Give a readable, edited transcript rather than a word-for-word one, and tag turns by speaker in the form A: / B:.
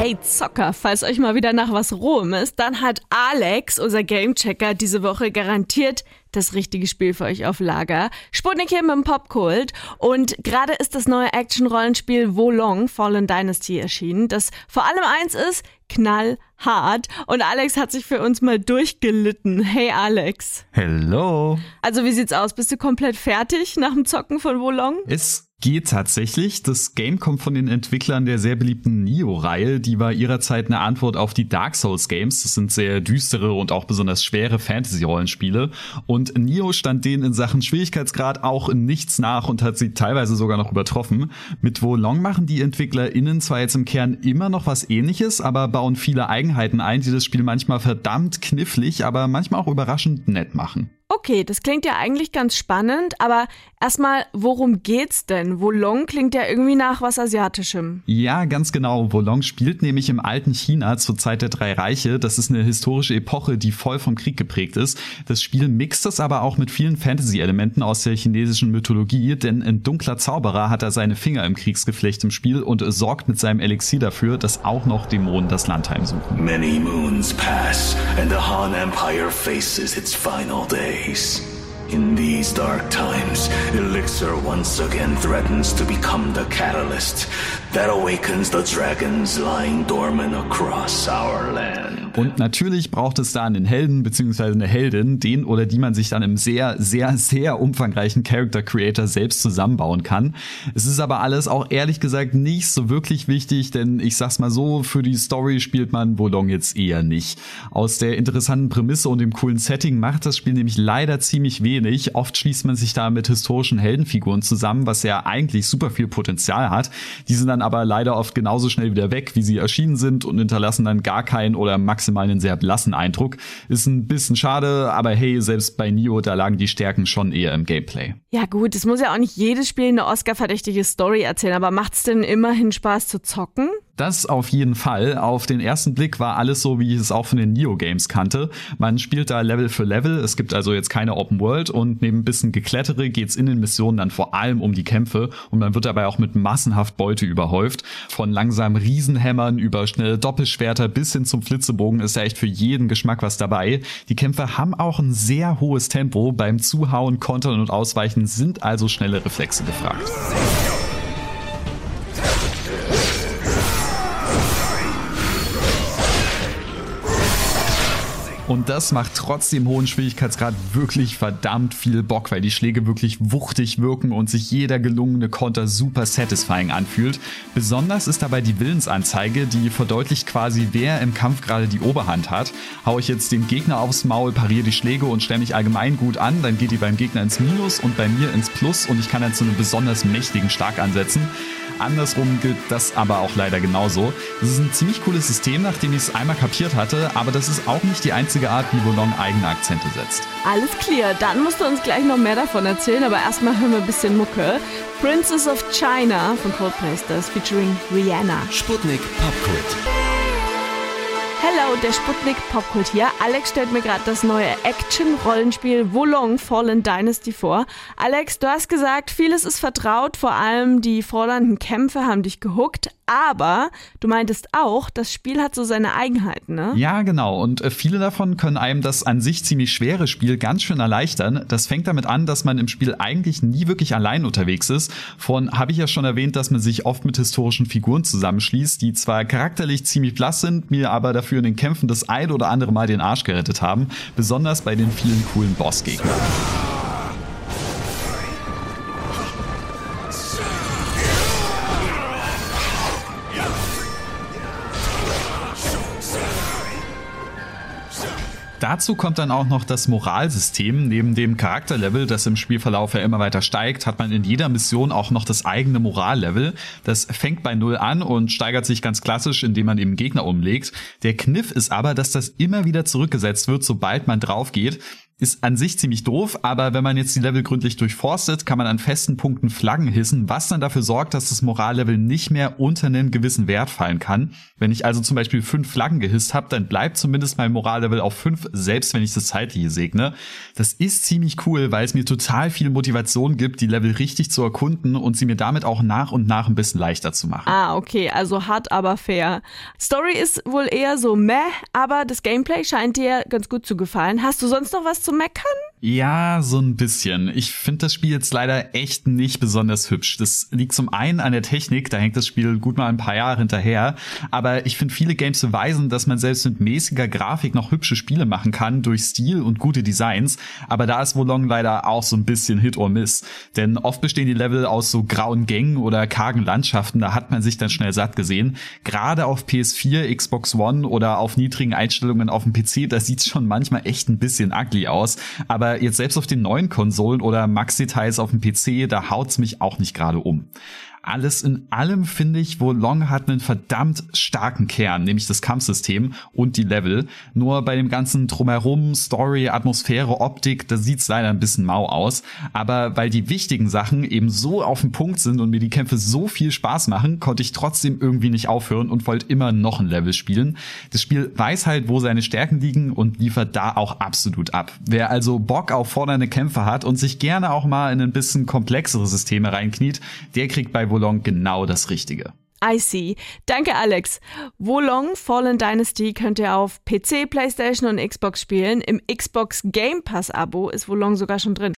A: Hey Zocker, falls euch mal wieder nach was Rohem ist, dann hat Alex, unser Gamechecker, diese Woche garantiert das richtige Spiel für euch auf Lager. Sputnik hier mit dem Popkult und gerade ist das neue Action-Rollenspiel Wo Long Fallen Dynasty erschienen, das vor allem eins ist, knallhart, und Alex hat sich für uns mal durchgelitten. Hey Alex.
B: Hello.
A: Also wie sieht's aus? Bist du komplett fertig nach dem Zocken von Wo Long?
B: Es geht tatsächlich. Das Game kommt von den Entwicklern der sehr beliebten Nioh-Reihe. Die war ihrerzeit eine Antwort auf die Dark Souls-Games. Das sind sehr düstere und auch besonders schwere Fantasy-Rollenspiele. Und Nioh stand denen in Sachen Schwierigkeitsgrad auch in nichts nach und hat sie teilweise sogar noch übertroffen. Mit Wo Long machen die EntwicklerInnen zwar jetzt im Kern immer noch was Ähnliches, aber bauen viele Eigenheiten ein, die das Spiel manchmal verdammt knifflig, aber manchmal auch überraschend nett machen.
A: Okay, das klingt ja eigentlich ganz spannend, aber erstmal, worum geht's denn? Wo Long klingt ja irgendwie nach was Asiatischem.
B: Ja, ganz genau. Wo Long spielt nämlich im alten China zur Zeit der Drei Reiche. Das ist eine historische Epoche, die voll vom Krieg geprägt ist. Das Spiel mixt das aber auch mit vielen Fantasy-Elementen aus der chinesischen Mythologie, denn ein dunkler Zauberer hat da seine Finger im Kriegsgeflecht im Spiel und sorgt mit seinem Elixier dafür, dass auch noch Dämonen das Land heimsuchen.
C: Many moons pass and the Han Empire faces its final day. In these dark times, Elixir once again threatens to become the catalyst that awakens the dragons lying dormant across our land.
B: Und natürlich braucht es da einen Helden bzw. eine Heldin, den oder die man sich dann im sehr, sehr, sehr umfangreichen Character Creator selbst zusammenbauen kann. Es ist aber alles auch ehrlich gesagt nicht so wirklich wichtig, denn ich sag's mal so, für die Story spielt man Wo Long jetzt eher nicht. Aus der interessanten Prämisse und dem coolen Setting macht das Spiel nämlich leider ziemlich wenig. Oft schließt man sich da mit historischen Heldenfiguren zusammen, was ja eigentlich super viel Potenzial hat. Die sind dann aber leider oft genauso schnell wieder weg, wie sie erschienen sind und hinterlassen dann gar keinen oder maximal einen sehr blassen Eindruck. Ist ein bisschen schade, aber hey, selbst bei Nioh, da lagen die Stärken schon eher im Gameplay.
A: Ja gut, es muss ja auch nicht jedes Spiel eine Oscar-verdächtige Story erzählen, aber macht's denn immerhin Spaß zu zocken?
B: Das auf jeden Fall. Auf den ersten Blick war alles so, wie ich es auch von den Nioh-Games kannte. Man spielt da Level für Level. Es gibt also jetzt keine Open World und neben ein bisschen Geklettere geht's in den Missionen dann vor allem um die Kämpfe und man wird dabei auch mit massenhaft Beute überhäuft. Von langsamen Riesenhämmern über schnelle Doppelschwerter bis hin zum Flitzebogen ist da echt für jeden Geschmack was dabei. Die Kämpfe haben auch ein sehr hohes Tempo. Beim Zuhauen, Kontern und Ausweichen sind also schnelle Reflexe gefragt. Und das macht trotz dem hohen Schwierigkeitsgrad wirklich verdammt viel Bock, weil die Schläge wirklich wuchtig wirken und sich jeder gelungene Konter super satisfying anfühlt. Besonders ist dabei die Willensanzeige, die verdeutlicht quasi, wer im Kampf gerade die Oberhand hat. Hau ich jetzt dem Gegner aufs Maul, pariere die Schläge und stelle mich allgemein gut an, dann geht die beim Gegner ins Minus und bei mir ins Plus und ich kann dann zu einem besonders mächtigen Schlag ansetzen. Andersrum gilt das aber auch leider genauso. Das ist ein ziemlich cooles System, nachdem ich es einmal kapiert hatte, aber das ist auch nicht die einzige Art, wie Wo Long eigene Akzente setzt.
A: Alles clear, dann musst du uns gleich noch mehr davon erzählen, aber erstmal hören wir ein bisschen Mucke. Princess of China von Coldplay ist das, featuring Rihanna.
D: Sputnik Popkult.
A: Hello, der Sputnik Popkult hier. Alex stellt mir gerade das neue Action-Rollenspiel Wo Long Fallen Dynasty vor. Alex, du hast gesagt, vieles ist vertraut, vor allem die fordernden Kämpfe haben dich gehuckt, aber du meintest auch, das Spiel hat so seine Eigenheiten, ne?
B: Ja, genau. Und viele davon können einem das an sich ziemlich schwere Spiel ganz schön erleichtern. Das fängt damit an, dass man im Spiel eigentlich nie wirklich allein unterwegs ist. Vorhin habe ich ja schon erwähnt, dass man sich oft mit historischen Figuren zusammenschließt, die zwar charakterlich ziemlich blass sind, mir aber dafür in den Kämpfen das ein oder andere Mal den Arsch gerettet haben. Besonders bei den vielen coolen Bossgegnern. Dazu kommt dann auch noch das Moralsystem. Neben dem Charakterlevel, das im Spielverlauf ja immer weiter steigt, hat man in jeder Mission auch noch das eigene Morallevel. Das fängt bei 0 an und steigert sich ganz klassisch, indem man eben Gegner umlegt. Der Kniff ist aber, dass das immer wieder zurückgesetzt wird, sobald man drauf geht. ist an sich ziemlich doof, aber wenn man jetzt die Level gründlich durchforstet, kann man an festen Punkten Flaggen hissen, was dann dafür sorgt, dass das Morallevel nicht mehr unter einen gewissen Wert fallen kann. Wenn ich also zum Beispiel 5 Flaggen gehisst habe, dann bleibt zumindest mein Morallevel auf 5, selbst wenn ich das Zeitliche segne. Das ist ziemlich cool, weil es mir total viel Motivation gibt, die Level richtig zu erkunden und sie mir damit auch nach und nach ein bisschen leichter zu machen.
A: Ah, okay, also hart, aber fair. Story ist wohl eher so meh, aber das Gameplay scheint dir ganz gut zu gefallen. Hast du sonst noch was zu meckern?
B: Ja, so ein bisschen. Ich finde das Spiel jetzt leider echt nicht besonders hübsch. Das liegt zum einen an der Technik, da hängt das Spiel gut mal ein paar Jahre hinterher. Aber ich finde, viele Games beweisen, dass man selbst mit mäßiger Grafik noch hübsche Spiele machen kann, durch Stil und gute Designs. Aber da ist Wo Long leider auch so ein bisschen Hit or Miss. Denn oft bestehen die Level aus so grauen Gängen oder kargen Landschaften, da hat man sich dann schnell satt gesehen. Gerade auf PS4, Xbox One oder auf niedrigen Einstellungen auf dem PC, da sieht's schon manchmal echt ein bisschen ugly aus. Aber jetzt selbst auf den neuen Konsolen oder Max-Details auf dem PC, da haut's mich auch nicht gerade um. Alles in allem finde ich, Wo Long hat einen verdammt starken Kern, nämlich das Kampfsystem und die Level. Nur bei dem ganzen Drumherum, Story, Atmosphäre, Optik, da sieht's leider ein bisschen mau aus. Aber weil die wichtigen Sachen eben so auf den Punkt sind und mir die Kämpfe so viel Spaß machen, konnte ich trotzdem irgendwie nicht aufhören und wollte immer noch ein Level spielen. Das Spiel weiß halt, wo seine Stärken liegen und liefert da auch absolut ab. Wer also Bock auf fordernde Kämpfe hat und sich gerne auch mal in ein bisschen komplexere Systeme reinkniet, der kriegt bei Wo Long genau das Richtige.
A: I see. Danke, Alex. Wo Long Fallen Dynasty könnt ihr auf PC, PlayStation und Xbox spielen. Im Xbox Game Pass Abo ist Wo Long sogar schon drin.